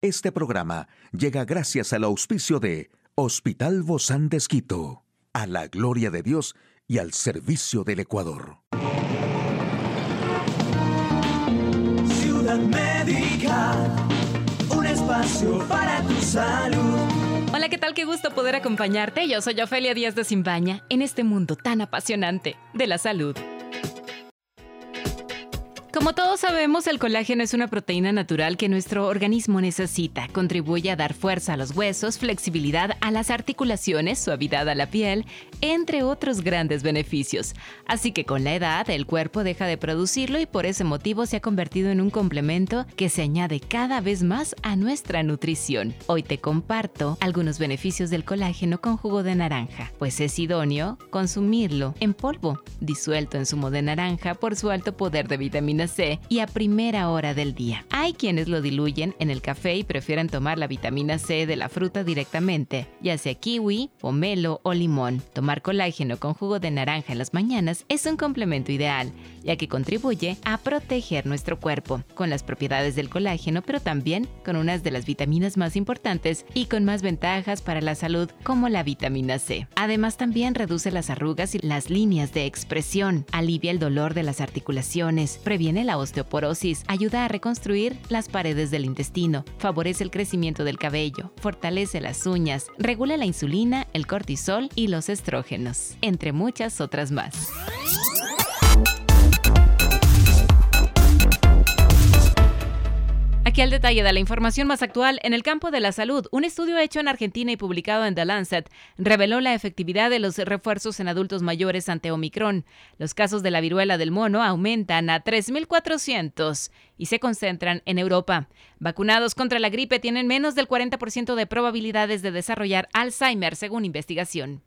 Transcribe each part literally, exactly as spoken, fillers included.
Este programa llega gracias al auspicio de Hospital Bozán de Esquito, a la gloria de Dios y al servicio del Ecuador. Ciudad Médica, un espacio para tu salud. Hola, ¿qué tal? Qué gusto poder acompañarte. Yo soy Ofelia Díaz de Simbaña en este mundo tan apasionante de la salud. Como todos sabemos, el colágeno es una proteína natural que nuestro organismo necesita. Contribuye a dar fuerza a los huesos, flexibilidad a las articulaciones, suavidad a la piel, entre otros grandes beneficios. Así que con la edad, el cuerpo deja de producirlo y por ese motivo se ha convertido en un complemento que se añade cada vez más a nuestra nutrición. Hoy te comparto algunos beneficios del colágeno con jugo de naranja, pues es idóneo consumirlo en polvo, disuelto en zumo de naranja por su alto poder de vitamina C y a primera hora del día. Hay quienes lo diluyen en el café y prefieren tomar la vitamina C de la fruta directamente, ya sea kiwi, pomelo o limón. Tomar colágeno con jugo de naranja en las mañanas es un complemento ideal, ya que contribuye a proteger nuestro cuerpo, con las propiedades del colágeno, pero también con unas de las vitaminas más importantes y con más ventajas para la salud, como la vitamina C. Además, también reduce las arrugas y las líneas de expresión, alivia el dolor de las articulaciones, previene la osteoporosis, ayuda a reconstruir las paredes del intestino, favorece el crecimiento del cabello, fortalece las uñas, regula la insulina, el cortisol y los estrógenos, entre muchas otras más. Aquí al detalle de la información más actual en el campo de la salud. Un estudio hecho en Argentina y publicado en The Lancet reveló la efectividad de los refuerzos en adultos mayores ante Omicron. Los casos de la viruela del mono aumentan a tres mil cuatrocientos y se concentran en Europa. Vacunados contra la gripe tienen menos del cuarenta por ciento de probabilidades de desarrollar Alzheimer, según investigación.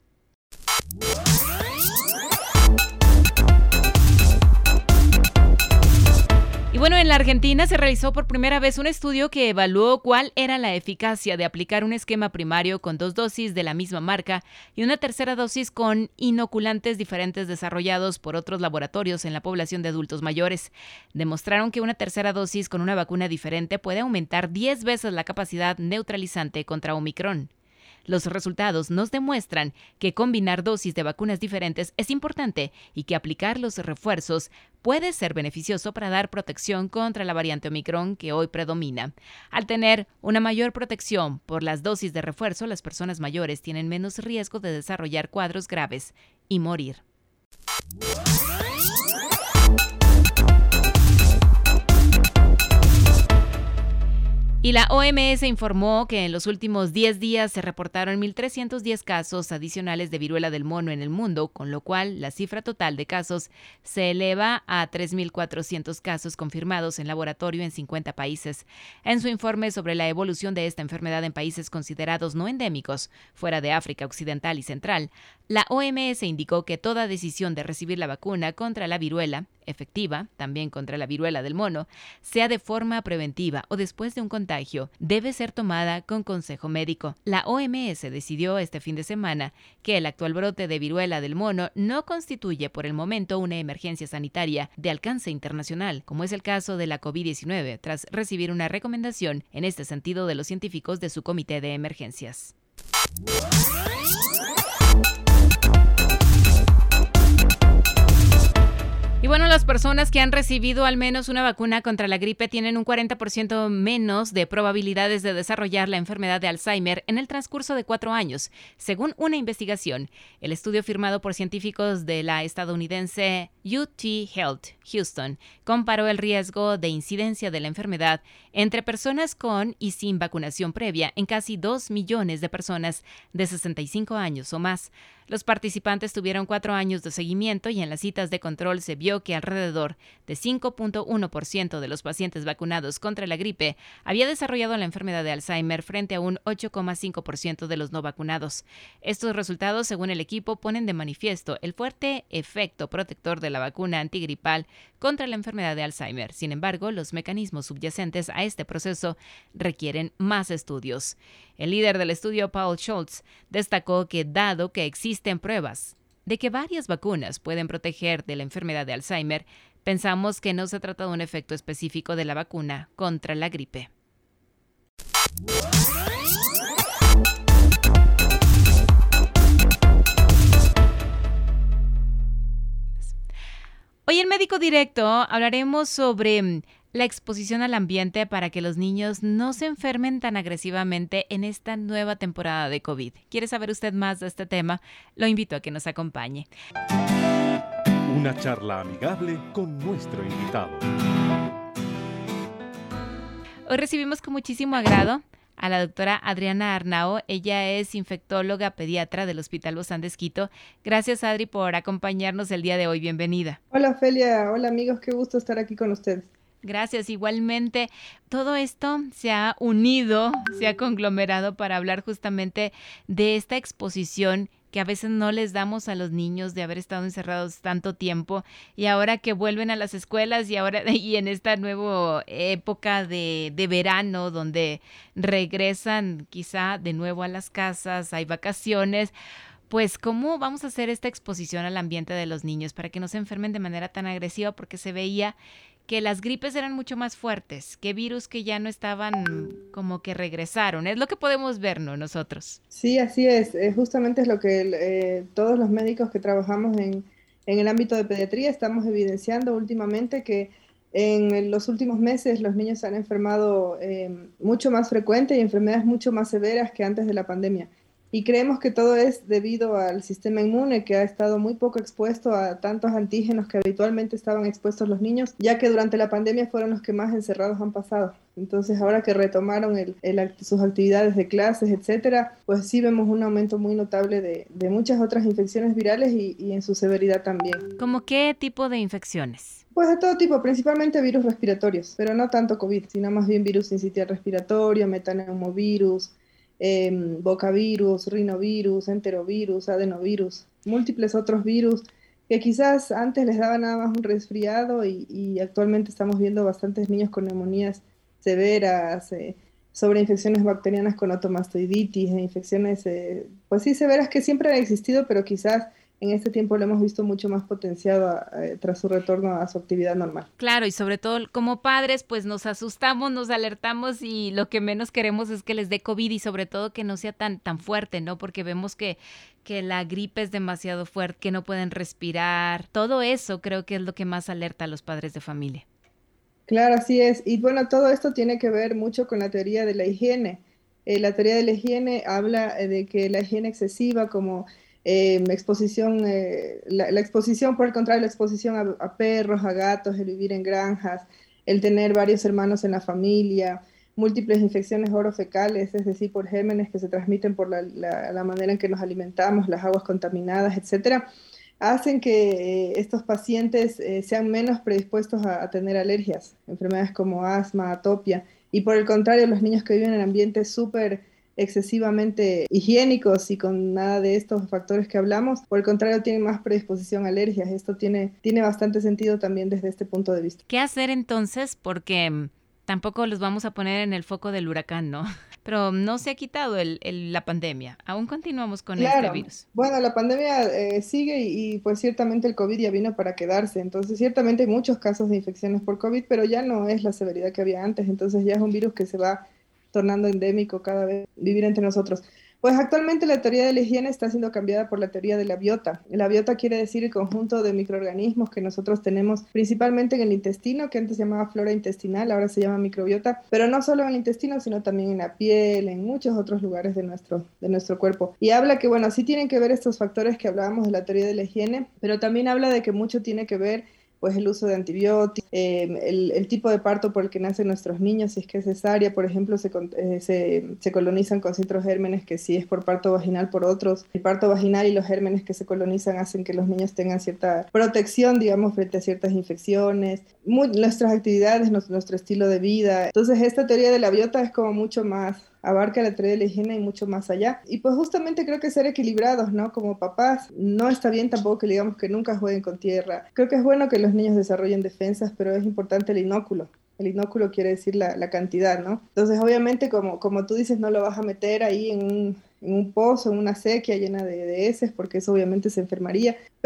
Y bueno, en la Argentina se realizó por primera vez un estudio que evaluó cuál era la eficacia de aplicar un esquema primario con dos dosis de la misma marca y una tercera dosis con inoculantes diferentes desarrollados por otros laboratorios en la población de adultos mayores. Demostraron que una tercera dosis con una vacuna diferente puede aumentar diez veces la capacidad neutralizante contra Omicron. Los resultados nos demuestran que combinar dosis de vacunas diferentes es importante y que aplicar los refuerzos puede ser beneficioso para dar protección contra la variante Omicron que hoy predomina. Al tener una mayor protección por las dosis de refuerzo, las personas mayores tienen menos riesgo de desarrollar cuadros graves y morir. Y la O M S informó que en los últimos diez días se reportaron mil trescientos diez casos adicionales de viruela del mono en el mundo, con lo cual la cifra total de casos se eleva a tres mil cuatrocientos casos confirmados en laboratorio en cincuenta países. En su informe sobre la evolución de esta enfermedad en países considerados no endémicos, fuera de África Occidental y Central, la O M S indicó que toda decisión de recibir la vacuna contra la viruela, efectiva, también contra la viruela del mono, sea de forma preventiva o después de un contagio, debe ser tomada con consejo médico. La O M S decidió este fin de semana que el actual brote de viruela del mono no constituye por el momento una emergencia sanitaria de alcance internacional, como es el caso de la COVID diecinueve, tras recibir una recomendación en este sentido de los científicos de su comité de emergencias. Y bueno, las personas que han recibido al menos una vacuna contra la gripe tienen un cuarenta por ciento menos de probabilidades de desarrollar la enfermedad de Alzheimer en el transcurso de cuatro años, según una investigación. El estudio firmado por científicos de la estadounidense U T Health Houston comparó el riesgo de incidencia de la enfermedad entre personas con y sin vacunación previa en casi dos millones de personas de sesenta y cinco años o más. Los participantes tuvieron cuatro años de seguimiento y en las citas de control se vio que alrededor de cinco punto uno por ciento de los pacientes vacunados contra la gripe había desarrollado la enfermedad de Alzheimer frente a un ocho coma cinco por ciento de los no vacunados. Estos resultados, según el equipo, ponen de manifiesto el fuerte efecto protector de la vacuna antigripal contra la enfermedad de Alzheimer. Sin embargo, los mecanismos subyacentes a este proceso requieren más estudios. El líder del estudio, Paul Schultz, destacó que dado que existen pruebas de que varias vacunas pueden proteger de la enfermedad de Alzheimer, pensamos que no se trata de un efecto específico de la vacuna contra la gripe. Médico Directo hablaremos sobre la exposición al ambiente para que los niños no se enfermen tan agresivamente en esta nueva temporada de COVID. ¿Quiere saber usted más de este tema? Lo invito a que nos acompañe. Una charla amigable con nuestro invitado. Hoy recibimos con muchísimo agrado a la doctora Adriana Arnao. Ella es infectóloga pediatra del Hospital Bozán de Esquito. Gracias, Adri, por acompañarnos el día de hoy. Bienvenida. Hola, Ofelia. Hola, amigos. Qué gusto estar aquí con ustedes. Gracias, igualmente. Todo esto se ha unido, se ha conglomerado para hablar justamente de esta exposición que a veces no les damos a los niños de haber estado encerrados tanto tiempo y ahora que vuelven a las escuelas y ahora y en esta nueva época de, de verano donde regresan quizá de nuevo a las casas, hay vacaciones. Pues, ¿cómo vamos a hacer esta exposición al ambiente de los niños para que no se enfermen de manera tan agresiva? Porque se veía que las gripes eran mucho más fuertes, que virus que ya no estaban como que regresaron. Es lo que podemos ver, ¿no? Nosotros. Sí, así es. Eh, justamente es lo que eh, todos los médicos que trabajamos en, en el ámbito de pediatría estamos evidenciando últimamente, que en los últimos meses los niños se han enfermado eh, mucho más frecuente y enfermedades mucho más severas que antes de la pandemia. Y creemos que todo es debido al sistema inmune, que ha estado muy poco expuesto a tantos antígenos que habitualmente estaban expuestos los niños, ya que durante la pandemia fueron los que más encerrados han pasado. Entonces, ahora que retomaron el, el, sus actividades de clases, etcétera, pues sí vemos un aumento muy notable de, de muchas otras infecciones virales y, y en su severidad también. ¿Cómo qué tipo de infecciones? Pues de todo tipo, principalmente virus respiratorios, pero no tanto COVID, sino más bien virus sincitial respiratorio, metaneumovirus, Eh, bocavirus, rinovirus, enterovirus, adenovirus, múltiples otros virus que quizás antes les daba nada más un resfriado y, y actualmente estamos viendo bastantes niños con neumonías severas, eh, sobreinfecciones bacterianas con otomastoiditis, e infecciones eh, pues sí severas que siempre han existido, pero quizás en este tiempo lo hemos visto mucho más potenciado eh, tras su retorno a su actividad normal. Claro, y sobre todo como padres, pues nos asustamos, nos alertamos y lo que menos queremos es que les dé COVID y sobre todo que no sea tan, tan fuerte, ¿no? Porque vemos que, que la gripe es demasiado fuerte, que no pueden respirar. Todo eso creo que es lo que más alerta a los padres de familia. Claro, así es. Y bueno, todo esto tiene que ver mucho con la teoría de la higiene. Eh, la teoría de la higiene habla de que la higiene excesiva como Eh, exposición, eh, la, la exposición, por el contrario, la exposición a, a perros, a gatos, el vivir en granjas, el tener varios hermanos en la familia, múltiples infecciones orofecales, es decir, por gérmenes que se transmiten por la, la, la manera en que nos alimentamos, las aguas contaminadas, etcétera, hacen que eh, estos pacientes eh, sean menos predispuestos a, a tener alergias, enfermedades como asma, atopia, y por el contrario, los niños que viven en ambientes súper excesivamente higiénicos y con nada de estos factores que hablamos, por el contrario tienen más predisposición a alergias. Esto tiene, tiene bastante sentido también desde este punto de vista. ¿Qué hacer entonces? Porque um, tampoco los vamos a poner en el foco del huracán, ¿no? Pero no se ha quitado el, el, la pandemia, aún continuamos con claro. este virus. Bueno, la pandemia eh, sigue y, y pues ciertamente el COVID ya vino para quedarse, entonces ciertamente hay muchos casos de infecciones por COVID, pero ya no es la severidad que había antes, entonces ya es un virus que se va tornando endémico cada vez vivir entre nosotros. Pues actualmente la teoría de la higiene está siendo cambiada por la teoría de la biota. La biota quiere decir el conjunto de microorganismos que nosotros tenemos principalmente en el intestino, que antes se llamaba flora intestinal, ahora se llama microbiota, pero no solo en el intestino, sino también en la piel, en muchos otros lugares de nuestro, de nuestro cuerpo. Y habla que, bueno, sí tienen que ver estos factores que hablábamos de la teoría de la higiene, pero también habla de que mucho tiene que ver pues el uso de antibióticos, eh, el, el tipo de parto por el que nacen nuestros niños, si es que es cesárea, por ejemplo, se, eh, se, se colonizan con ciertos gérmenes que si es por parto vaginal por otros. El parto vaginal y los gérmenes que se colonizan hacen que los niños tengan cierta protección, digamos, frente a ciertas infecciones, muy, nuestras actividades, nuestro, nuestro estilo de vida. Entonces, esta teoría de la biota es como mucho más, abarca la teoría de la higiene y mucho más allá. Y pues justamente creo que ser equilibrados, ¿no? Como papás, no está bien tampoco que digamos que nunca jueguen con tierra. Creo que es bueno que los niños desarrollen defensas, pero es importante el inóculo. El inóculo quiere decir la, la cantidad, ¿no? Entonces, obviamente, como, como tú dices, no lo vas a meter ahí en un, en un pozo, en una sequía llena de, de heces, porque eso obviamente se enfermaría.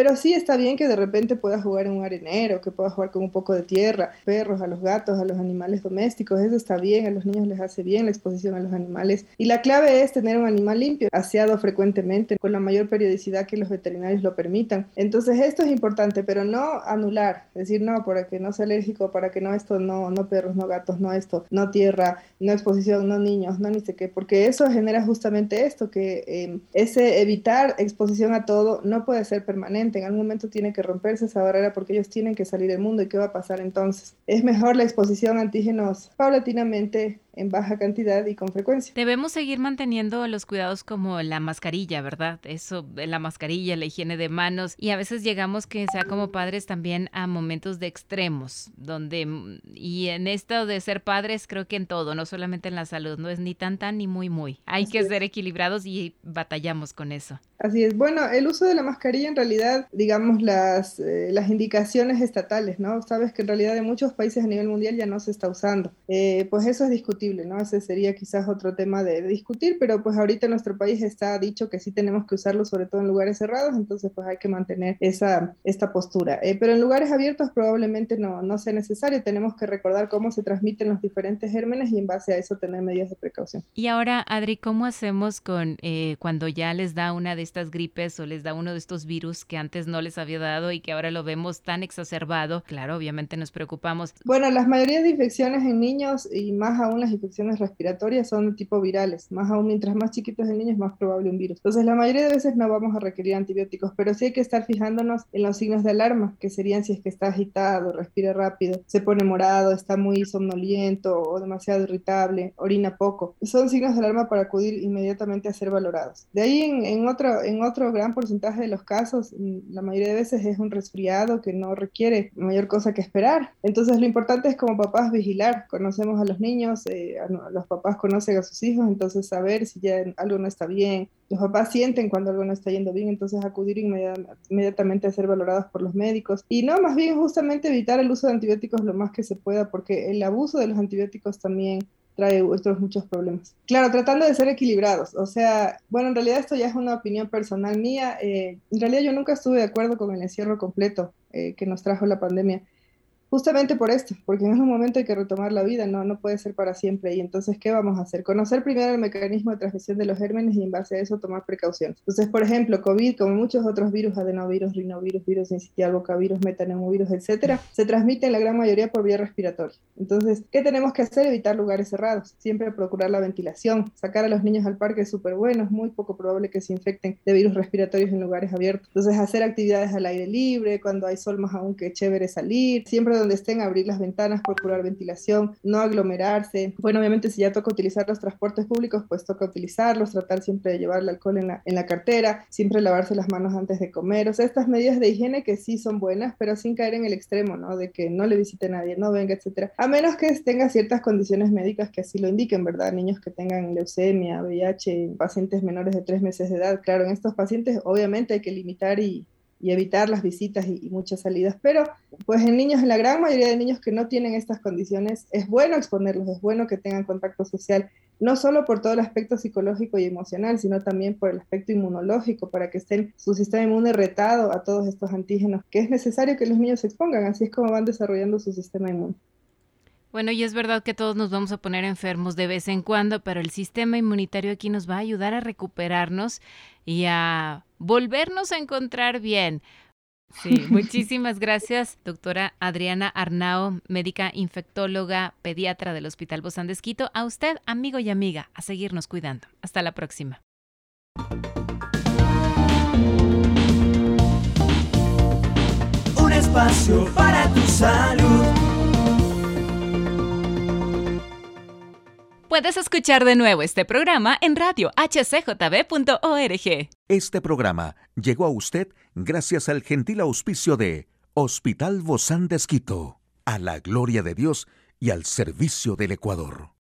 pero sí está bien que de repente puedas jugar en un arenero, que puedas jugar con un poco de tierra, perros, a los gatos, a los animales domésticos, eso está bien, a los niños les hace bien la exposición a los animales. Y la clave es tener un animal limpio, aseado frecuentemente, con la mayor periodicidad que los veterinarios lo permitan. Entonces esto es importante, pero no anular, decir no, para que no sea alérgico, para que no esto, no, no perros, no gatos, no esto, no tierra, no exposición, no niños, no ni sé qué, porque eso genera justamente esto, que eh, ese evitar exposición a todo no puede ser permanente, en algún momento tiene que romperse esa barrera porque ellos tienen que salir del mundo. ¿Y qué va a pasar entonces? Es mejor la exposición a antígenos paulatinamente, en baja cantidad y con frecuencia. Debemos seguir manteniendo los cuidados como la mascarilla, ¿verdad? Eso, la mascarilla, la higiene de manos, y a veces llegamos que sea como padres también a momentos de extremos, donde, y en esto de ser padres creo que en todo, no solamente en la salud, no es ni tan tan ni muy muy. Hay Así que es. ser equilibrados y batallamos con eso. Así es. Bueno, el uso de la mascarilla en realidad, digamos, las, eh, las indicaciones estatales, ¿no? Sabes que en realidad en muchos países a nivel mundial ya no se está usando. Eh, pues eso es discutible, ¿no? Ese sería quizás otro tema de, de discutir, pero pues ahorita en nuestro país está dicho que sí tenemos que usarlo, sobre todo en lugares cerrados, entonces pues hay que mantener esa, esta postura. Eh, pero en lugares abiertos probablemente no, no sea necesario. Tenemos que recordar cómo se transmiten los diferentes gérmenes y en base a eso tener medidas de precaución. Y ahora, Adri, ¿cómo hacemos con eh, cuando ya les da una de estas gripes o les da uno de estos virus que antes no les había dado y que ahora lo vemos tan exacerbado? Claro, obviamente nos preocupamos. Bueno, las mayorías de infecciones en niños y más aún las infecciones respiratorias son de tipo virales. Más aún, mientras más chiquitos el niño es más probable un virus. Entonces, la mayoría de veces no vamos a requerir antibióticos, pero sí hay que estar fijándonos en los signos de alarma, que serían si es que está agitado, respira rápido, se pone morado, está muy somnoliento o demasiado irritable, orina poco. Son signos de alarma para acudir inmediatamente a ser valorados. De ahí, en, en, otro, en otro gran porcentaje de los casos, la mayoría de veces es un resfriado que no requiere mayor cosa que esperar. Entonces, lo importante es como papás vigilar. Conocemos a los niños, eh, a, los papás conocen a sus hijos, entonces saber si ya algo no está bien. Los papás sienten cuando algo no está yendo bien, entonces acudir inmediat- inmediatamente a ser valorados por los médicos. Y no, más bien justamente evitar el uso de antibióticos lo más que se pueda, porque el abuso de los antibióticos también trae otros muchos problemas. Claro, tratando de ser equilibrados, o sea, bueno, en realidad esto ya es una opinión personal mía, eh, en realidad yo nunca estuve de acuerdo con el encierro completo eh, que nos trajo la pandemia, justamente por esto, porque en algún momento hay que retomar la vida, no, no puede ser para siempre. Y entonces, ¿qué vamos a hacer? Conocer primero el mecanismo de transmisión de los gérmenes y en base a eso tomar precauciones. Entonces, por ejemplo, COVID, como muchos otros virus, adenovirus, rinovirus, virus sincitial, bocavirus, metaneumovirus, etcétera, se transmiten la gran mayoría por vía respiratoria. Entonces, ¿qué tenemos que hacer? Evitar lugares cerrados, siempre procurar la ventilación, sacar a los niños al parque es súper bueno, es muy poco probable que se infecten de virus respiratorios en lugares abiertos. Entonces, hacer actividades al aire libre, cuando hay sol más aún que chévere salir, siempre donde estén, abrir las ventanas, procurar ventilación, no aglomerarse. Bueno, obviamente si ya toca utilizar los transportes públicos, pues toca utilizarlos, tratar siempre de llevar el alcohol en la, en la cartera, siempre lavarse las manos antes de comer. O sea, estas medidas de higiene que sí son buenas, pero sin caer en el extremo, ¿no? De que no le visite a nadie, no venga, etcétera. A menos que tenga ciertas condiciones médicas que así lo indiquen, ¿verdad? Niños que tengan leucemia, V I H, pacientes menores de tres meses de edad. Claro, en estos pacientes obviamente hay que limitar y y evitar las visitas y, y muchas salidas, pero pues en niños, en la gran mayoría de niños que no tienen estas condiciones, es bueno exponerlos, es bueno que tengan contacto social, no solo por todo el aspecto psicológico y emocional, sino también por el aspecto inmunológico, para que estén su sistema inmune retado a todos estos antígenos, que es necesario que los niños se expongan, así es como van desarrollando su sistema inmune. Bueno, y es verdad que todos nos vamos a poner enfermos de vez en cuando, pero el sistema inmunitario aquí nos va a ayudar a recuperarnos y a volvernos a encontrar bien. Sí, muchísimas gracias, doctora Adriana Arnao, médica infectóloga, pediatra del Hospital Bozán de Esquito. A usted, amigo y amiga, a seguirnos cuidando. Hasta la próxima. Un espacio para tu salud. Puedes escuchar de nuevo este programa en radio h c j b punto org. Este programa llegó a usted gracias al gentil auspicio de Hospital Bozán de Esquito, a la gloria de Dios y al servicio del Ecuador.